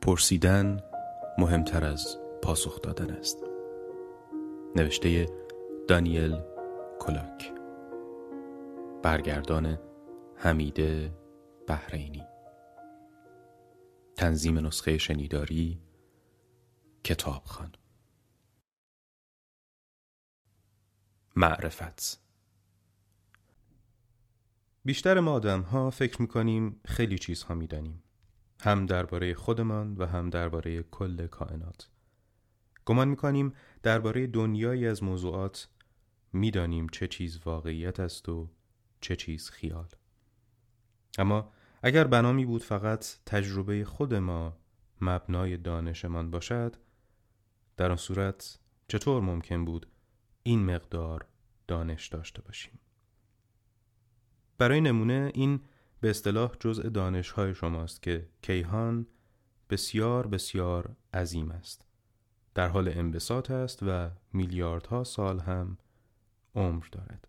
پرسیدن مهمتر از پاسخ دادن است. نوشته دانیل کلاک، برگردان حمیده بحرینی، تنظیم نسخه شنیداری کتابخوان. معرفت. بیشتر ما آدم‌ها فکر می‌کنیم خیلی چیزها می‌دانیم، هم درباره خودمان و هم درباره کل کائنات. گمان می‌کنیم درباره دنیایی از موضوعات می‌دانیم چه چیز واقعیت است و چه چیز خیال. اما اگر بنا می بود فقط تجربه خود ما مبنای دانشمان باشد، در آن صورت چطور ممکن بود این مقدار دانش داشته باشیم؟ برای نمونه این به اصطلاح جزء دانش‌های شماست که کیهان بسیار بسیار عظیم است، در حال انبساط است و میلیاردها سال هم عمر دارد.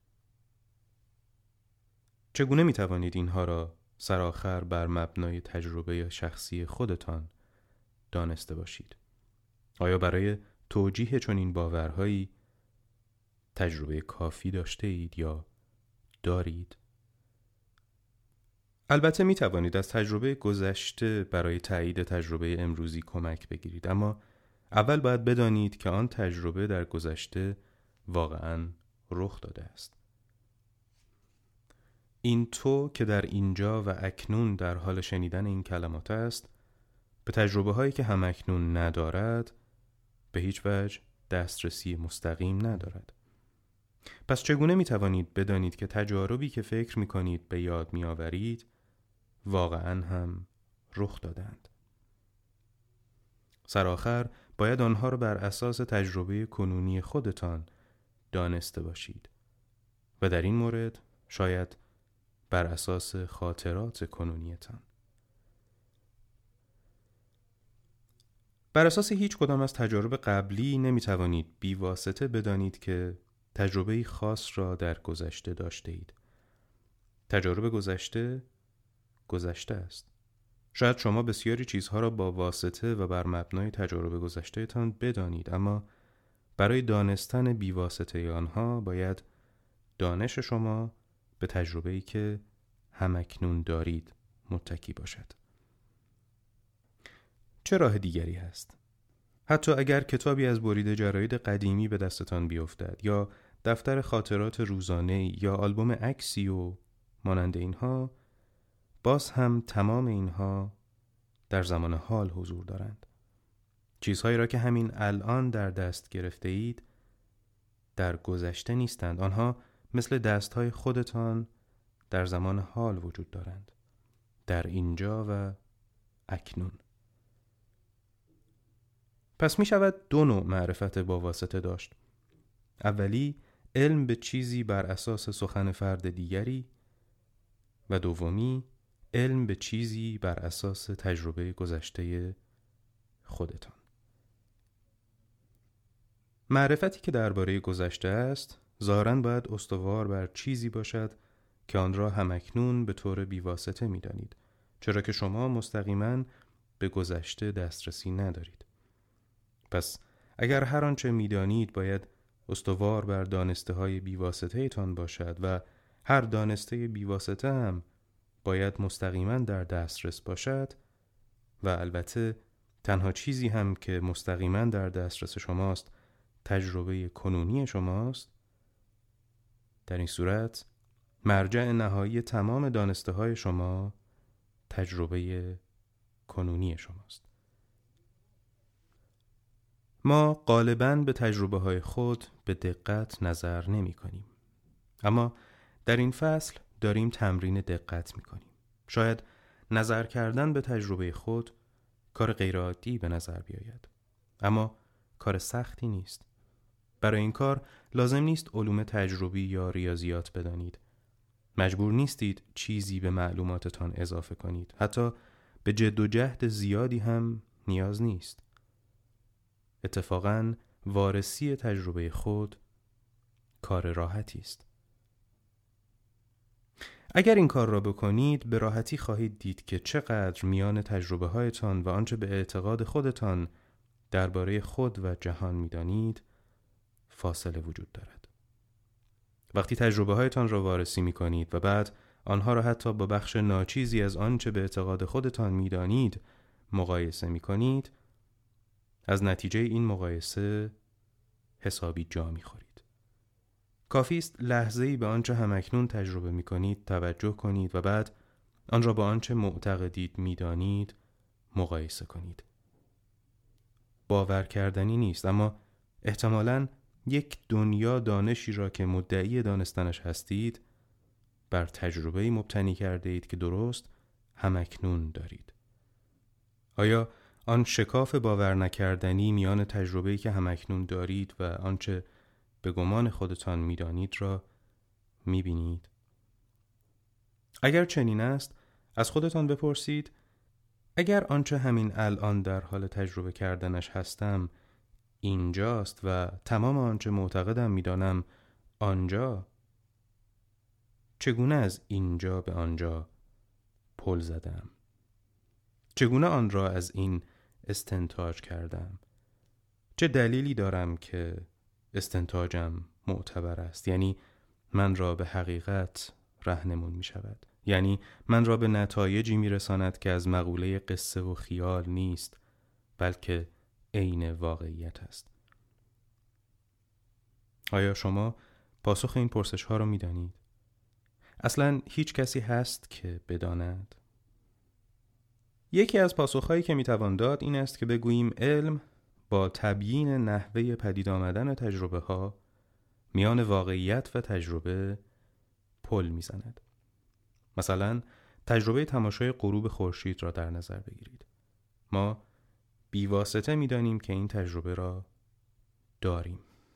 چگونه می توانید اینها را سرآخر بر مبنای تجربه شخصی خودتان دانسته باشید؟ آیا برای توجیه چنین باورهایی تجربه کافی داشته اید یا دارید؟ البته می توانید از تجربه گذشته برای تایید تجربه امروزی کمک بگیرید، اما اول باید بدانید که آن تجربه در گذشته واقعاً رخ داده است. این تو که در اینجا و اکنون در حال شنیدن این کلمات است، به تجربه هایی که هم اکنون ندارد به هیچ وجه دسترسی مستقیم ندارد. پس چگونه می توانید بدانید که تجاربی که فکر می کنید به یاد می آورید واقعاً هم رخ دادند؟ سرآخر باید آنها را بر اساس تجربه کنونی خودتان دانسته باشید و در این مورد شاید بر اساس خاطرات کنونیتان. بر اساس هیچ کدام از تجارب قبلی نمی توانید بی واسطه بدانید که تجربه خاص را در گذشته داشته اید. تجارب گذشته است. شاید شما بسیاری چیزها را با واسطه و بر مبنای تجارب گذشته تان بدانید، اما برای دانستن بی واسطه آنها باید دانش شما به تجربه‌ای که همکنون دارید متکی باشد. چه راه دیگری هست؟ حتی اگر کتابی از برید جراید قدیمی به دستتان بیفتد یا دفتر خاطرات روزانه یا آلبوم عکسی و مانند اینها، باز هم تمام اینها در زمان حال حضور دارند. چیزهایی را که همین الان در دست گرفته اید در گذشته نیستند. آنها مثل دستهای خودتان در زمان حال وجود دارند، در اینجا و اکنون. پس می شود دو نوع معرفت با واسطه داشت. اولی علم به چیزی بر اساس سخن فرد دیگری و دومی علم به چیزی بر اساس تجربه گذشته خودتان. معرفتی که درباره گذشته است ظاهراً باید استوار بر چیزی باشد که آن را همکنون به طور بیواسطه می دانید، چرا که شما مستقیماً به گذشته دسترسی ندارید. پس اگر هر آنچه می دانید باید استوار بر دانسته های بیواسطه تان باشد و هر دانسته بیواسطه هم باید مستقیما در دسترس باشد و البته تنها چیزی هم که مستقیما در دسترس شماست تجربه کنونی شماست، در این صورت مرجع نهایی تمام دانسته های شما تجربه کنونی شماست. ما غالباً به تجربه های خود به دقت نظر نمی کنیم، اما در این فصل داریم تمرین دقت می کنیم. شاید نظر کردن به تجربه خود کار غیرعادی به نظر بیاید، اما کار سختی نیست. برای این کار لازم نیست علوم تجربی یا ریاضیات بدانید. مجبور نیستید چیزی به معلوماتتان اضافه کنید. حتی به جد و جهد زیادی هم نیاز نیست. اتفاقاً وارسی تجربه خود کار راحتی است. اگر این کار را بکنید به راحتی خواهید دید که چقدر میان تجربه هایتان و آنچه به اعتقاد خودتان درباره خود و جهان می‌دانید فاصله وجود دارد. وقتی تجربه هایتان را وارسی می‌کنید و بعد آنها را حتی با بخش ناچیزی از آنچه به اعتقاد خودتان می‌دانید مقایسه می‌کنید، از نتیجه این مقایسه حسابی جا می‌خورید. کافی است لحظه‌ای به آنچه همکنون تجربه می‌کنید توجه کنید و بعد آن را با آنچه معتقدید می‌دانید مقایسه کنید. باور کردنی نیست، اما احتمالاً یک دنیا دانشی را که مدعی دانستنش هستید بر تجربه‌ای مبتنی کرده اید که درست همکنون دارید. آیا آن شکاف باور نکردنی میان تجربه‌ای که همکنون دارید و آنچه به گمان خودتان می‌دانید را می‌بینید؟ اگر چنین است، از خودتان بپرسید اگر آنچه همین الان در حال تجربه کردنش هستم اینجاست و تمام آنچه معتقدم می‌دانم آنجا، چگونه از اینجا به آنجا پل زدم؟ چگونه آن را از این استنتاج کردم؟ چه دلیلی دارم که استنتاجم معتبر است؟ یعنی من را به حقیقت راهنمون می شود. یعنی من را به نتایجی می رساند که از مقوله قصه و خیال نیست، بلکه عین واقعیت است. آیا شما پاسخ این پرسش ها را می دانید؟ اصلا هیچ کسی هست که بداند؟ یکی از پاسخهایی که می توان داد این است که بگوییم علم با تبیین نحوه پدید آمدن تجربه ها میان واقعیت و تجربه پل می زند. مثلا تجربه تماشای غروب خورشید را در نظر بگیرید. ما بیواسطه می دانیم که این تجربه را داریم.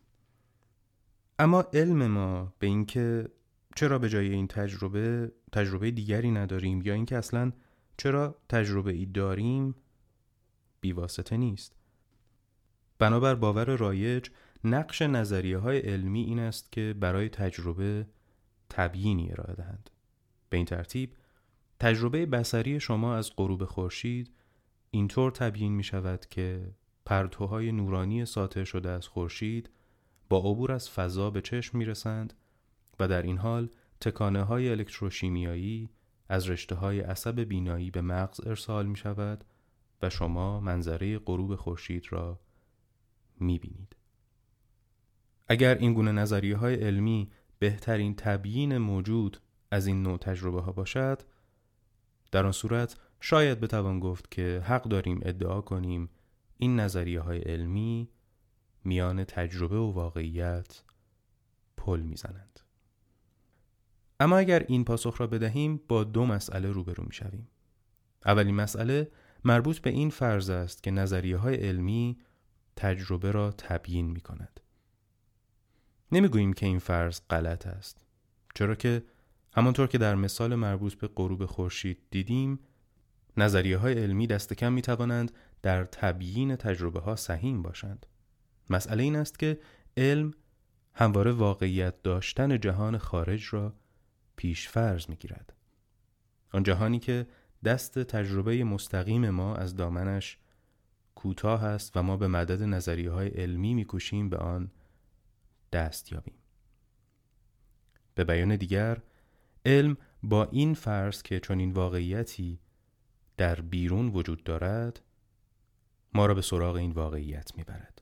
اما علم ما به این که چرا به جای این تجربه دیگری نداریم یا اینکه اصلا چرا تجربه ای داریم بیواسطه نیست. بنابر باور رایج نقش نظریه های علمی این است که برای تجربه تبیینی ارائه دهند. به این ترتیب تجربه بصری شما از غروب خورشید اینطور تبیین می شود که پرتوهای نورانی ساطع شده از خورشید با عبور از فضا به چشم می رسند و در این حال تکانه های الکتروشیمیایی از رشته های عصب بینایی به مغز ارسال می شود و شما منظره غروب خورشید را می بینید. اگر این گونه نظریه های علمی بهترین تبیین موجود از این نوع تجربه ها باشد، در آن صورت شاید بتوان گفت که حق داریم ادعا کنیم این نظریه های علمی میان تجربه و واقعیت پل میزنند. اما اگر این پاسخ را بدهیم با دو مسئله روبرو میشویم. اولین مسئله مربوط به این فرض است که نظریه های علمی تجربه را تبیین می کند. نمیگوییم که این فرض غلط است، چرا که همانطور که در مثال مربوط به غروب خورشید دیدیم، نظریه های علمی دست کم می توانند در تبیین تجربه ها سهیم باشند. مسئله این است که علم همواره واقعیت داشتن جهان خارج را پیش فرض می گیرد. آن جهانی که دست تجربه مستقیم ما از دامنش کوتاه است و ما به مدد نظریه های علمی می کوشیم به آن دست یابیم. به بیان دیگر، علم با این فرض که چنین واقعیتی در بیرون وجود دارد، ما را به سراغ این واقعیت میبرد.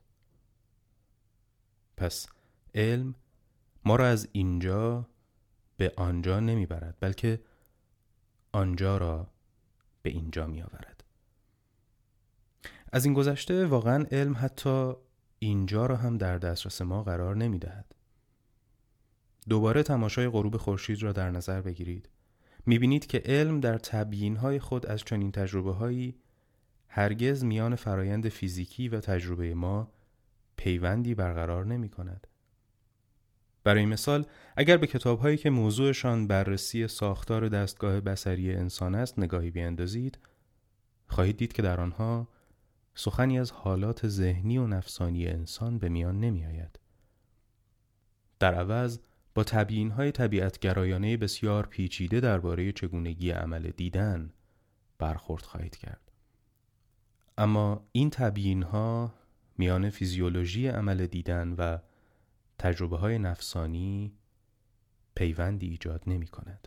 پس علم ما را از اینجا به آنجا نمیبرد، بلکه آنجا را به اینجا میآورد. از این گذشته واقعا علم حتی اینجا را هم در دسترس ما قرار نمیدهد. دوباره تماشای غروب خورشید را در نظر بگیرید. می‌بینید که علم در تبیین‌های خود از چنین تجربه‌هایی هرگز میان فرایند فیزیکی و تجربه ما پیوندی برقرار نمی‌کند. برای مثال، اگر به کتاب‌هایی که موضوعشان بررسی ساختار دستگاه بصری انسان است نگاهی بیندازید، خواهید دید که در آنها سخنی از حالات ذهنی و نفسانی انسان به میان نمی‌آید. در عوض با تبیین‌های طبیعت‌گرایانه بسیار پیچیده درباره چگونگی عمل دیدن برخورد خواهید کرد. اما این تبیین‌ها میان فیزیولوژی عمل دیدن و تجربه‌های نفسانی پیوندی ایجاد نمی‌کند.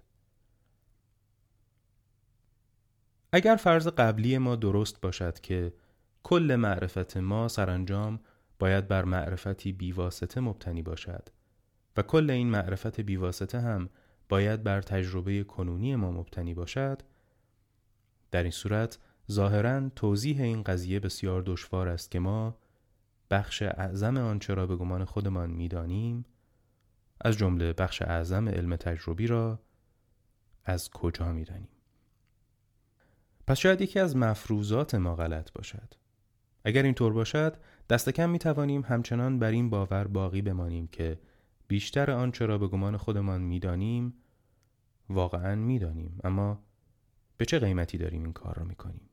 اگر فرض قبلی ما درست باشد که کل معرفت ما سرانجام باید بر معرفتی بیواسطه مبتنی باشد و کل این معرفت بیواسطه هم باید بر تجربه کنونی ما مبتنی باشد، در این صورت ظاهراً توضیح این قضیه بسیار دشوار است که ما بخش اعظم آنچه را به گمان خودمان می‌دانیم، از جمله بخش اعظم علم تجربی را از کجا می‌دانیم. پس شاید یکی از مفروضات ما غلط باشد. اگر اینطور باشد، دست کم می‌توانیم همچنان بر این باور باقی بمانیم که بیشتر آنچه را به گمان خودمان می‌دانیم واقعاً می‌دانیم، اما به چه قیمتی داریم این کار را می‌کنیم؟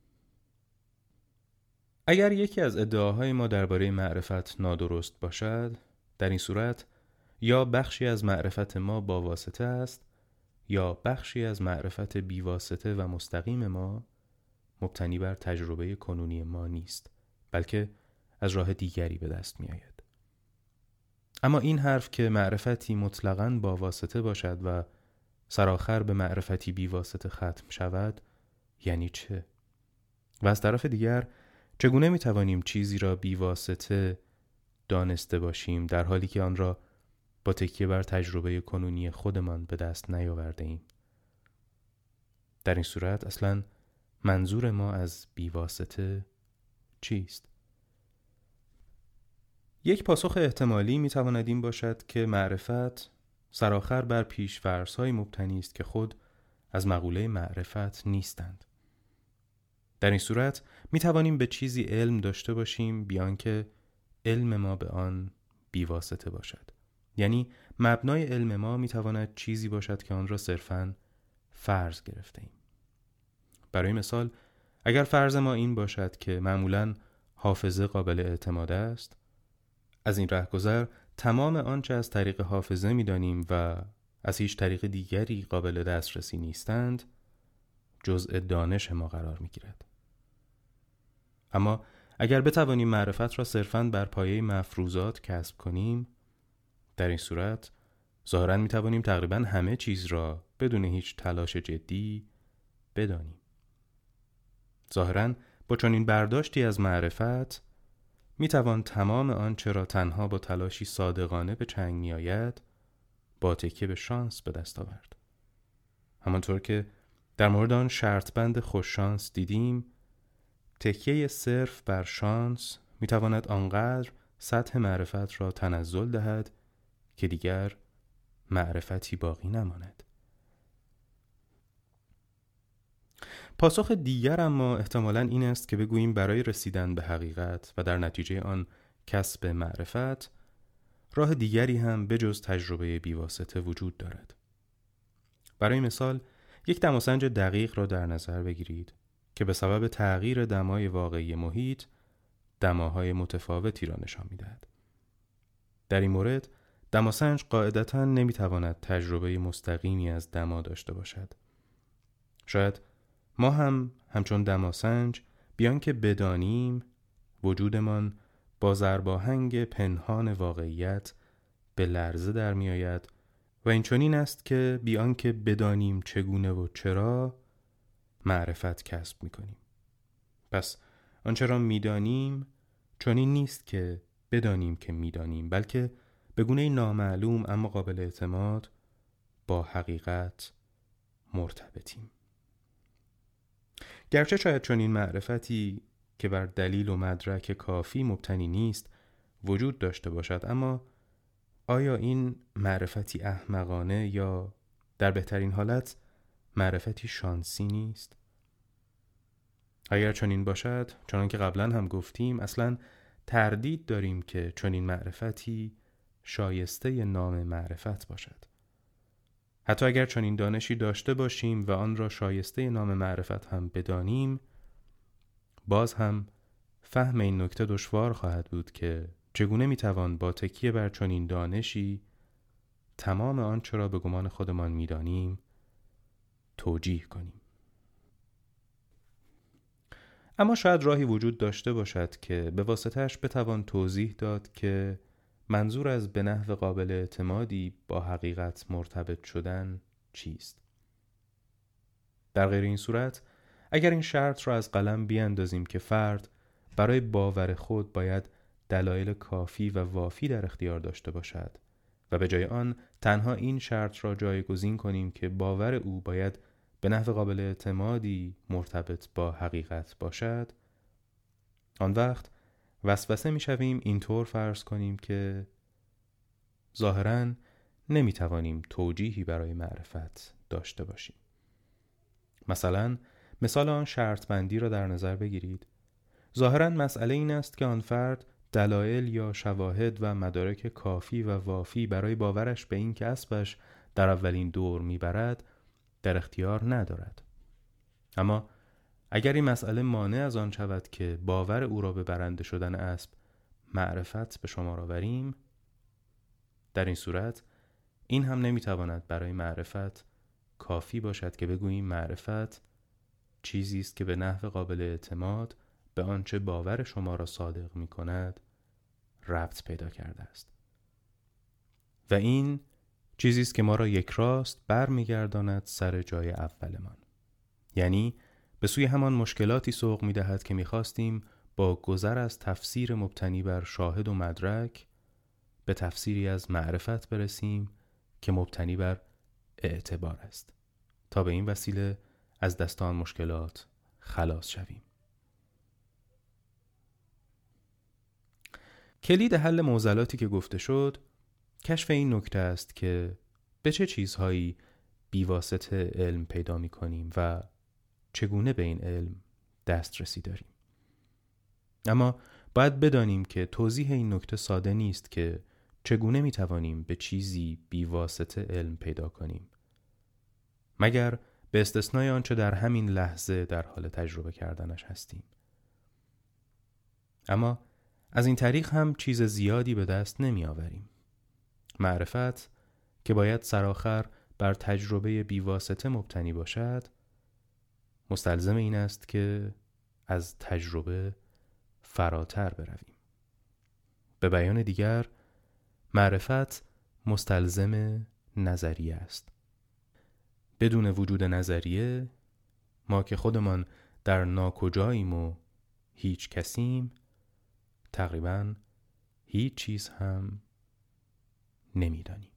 اگر یکی از ادعاهای ما درباره معرفت نادرست باشد، در این صورت یا بخشی از معرفت ما با واسطه است یا بخشی از معرفت بیواسطه و مستقیم ما مبتنی بر تجربه کنونی ما نیست، بلکه از راه دیگری به دست می آید. اما این حرف که معرفتی مطلقاً با واسطه باشد و سرآخر به معرفتی بیواسطه ختم شود یعنی چه؟ و از طرف دیگر چگونه می توانیم چیزی را بیواسطه دانسته باشیم در حالی که آن را با تکیه بر تجربه کنونی خودمان به دست نیاورده ایم؟ در این صورت اصلاً منظور ما از بیواسطه چیست؟ یک پاسخ احتمالی می تواند این باشد که معرفت سرآخر بر پیش‌فرض‌های مبتنی است که خود از مقوله معرفت نیستند. در این صورت می توانیم به چیزی علم داشته باشیم بیان که علم ما به آن بیواسطه باشد. یعنی مبنای علم ما می تواند چیزی باشد که آن را صرفاً فرض گرفته ایم. برای مثال، اگر فرض ما این باشد که معمولاً حافظه قابل اعتماد است، از این رهگذر تمام آنچه از طریق حافظه می دانیم و از هیچ طریق دیگری قابل دسترسی نیستند جزء دانش ما قرار می گیرد. اما اگر بتوانیم معرفت را صرفاً بر پایه مفروضات کسب کنیم، در این صورت ظاهراً می توانیم تقریباً همه چیز را بدون هیچ تلاش جدی بدانیم. ظاهراً با چنین برداشتی از معرفت می توان تمام آنچه را تنها با تلاشی صادقانه به چنگ می آید با تکیه به شانس به دست آورد. همانطور که در مورد آن شرط بند خوششانس دیدیم، تکیه صرف بر شانس می تواند آنقدر سطح معرفت را تنزل دهد که دیگر معرفتی باقی نماند. پاسخ دیگر اما احتمالاً این است که بگوییم برای رسیدن به حقیقت و در نتیجه آن کسب معرفت، راه دیگری هم بجز تجربه بیواسطه وجود دارد. برای مثال، یک دماسنج دقیق را در نظر بگیرید که به سبب تغییر دمای واقعی محیط دماهای متفاوتی را نشان می‌دهد. در این مورد دماسنج قاعدتاً نمی‌تواند تجربه مستقیمی از دما داشته باشد. شاید ما هم همچون دماسنج بیان که بدانیم وجودمان با ضرباهنگ پنهان واقعیت به لرزه در می آید و این چنین است که بیان که بدانیم چگونه و چرا معرفت کسب می کنیم. پس آنچه را می دانیم چنین نیست که بدانیم که می دانیم، بلکه به گونه نامعلوم اما قابل اعتماد با حقیقت مرتبطیم. گرچه شاید چنین معرفتی که بر دلیل و مدرک کافی مبتنی نیست وجود داشته باشد، اما آیا این معرفتی احمقانه یا در بهترین حالت معرفتی شانسی نیست؟ اگر چنین باشد، چنان که قبلا هم گفتیم، اصلاً تردید داریم که چنین معرفتی شایسته نام معرفت باشد. حتی اگر چنین دانشی داشته باشیم و آن را شایسته نام معرفت هم بدانیم، باز هم فهم این نکته دشوار خواهد بود که چگونه میتوان با تکیه بر چنین دانشی تمام آنچه را به گمان خودمان می‌دانیم توجیه کنیم. اما شاید راهی وجود داشته باشد که به واسطه‌اش بتوان توضیح داد که منظور از به نحو قابل اعتمادی با حقیقت مرتبط شدن چیست. در غیر این صورت اگر این شرط را از قلم بیاندازیم که فرد برای باور خود باید دلایل کافی و وافی در اختیار داشته باشد و به جای آن تنها این شرط را جایگزین کنیم که باور او باید به نحو قابل اعتمادی مرتبط با حقیقت باشد، آن وقت وسوسه می‌شویم اینطور فرض کنیم که ظاهراً نمی‌توانیم توجیهی برای معرفت داشته باشیم. مثال آن شرط بندی را در نظر بگیرید. ظاهراً مسئله این است که آن فرد دلایل یا شواهد و مدارک کافی و وافی برای باورش به این که اسبش در اولین دور میبرد در اختیار ندارد. اما اگر این مسئله مانع از آن شود که باور او را به برنده شدن اسب معرفت به شمار آوریم، در این صورت این هم نمیتواند برای معرفت کافی باشد که بگوییم معرفت چیزی است که به نحو قابل اعتماد به آنچه باور شما را صادق می کند ربط پیدا کرده است. و این چیزی است که ما را یک راست برمیگرداند سر جای اولمان. یعنی به سوی همان مشکلاتی سوق می دهد که می خواستیم با گذر از تفسیر مبتنی بر شاهد و مدرک به تفسیری از معرفت برسیم که مبتنی بر اعتبار است تا به این وسیله از دست آن مشکلات خلاص شویم. کلید حل معضلاتی که گفته شد کشف این نکته است که به چه چیزهایی بیواسطه علم پیدا می کنیم و چگونه به این علم دسترسی داریم. اما باید بدانیم که توضیح این نکته ساده نیست که چگونه می توانیم به چیزی بیواسطه علم پیدا کنیم، مگر به استثنای آنچه در همین لحظه در حال تجربه کردنش هستیم. اما از این طریق هم چیز زیادی به دست نمی آوریم. معرفت که باید سرآخر بر تجربه بیواسطه مبتنی باشد، مستلزم این است که از تجربه فراتر برویم. به بیان دیگر، معرفت مستلزم نظریه است. بدون وجود نظریه، ما که خودمان در ناکجاییم و هیچ کسیم، تقریباً هیچ چیز هم نمیدانیم.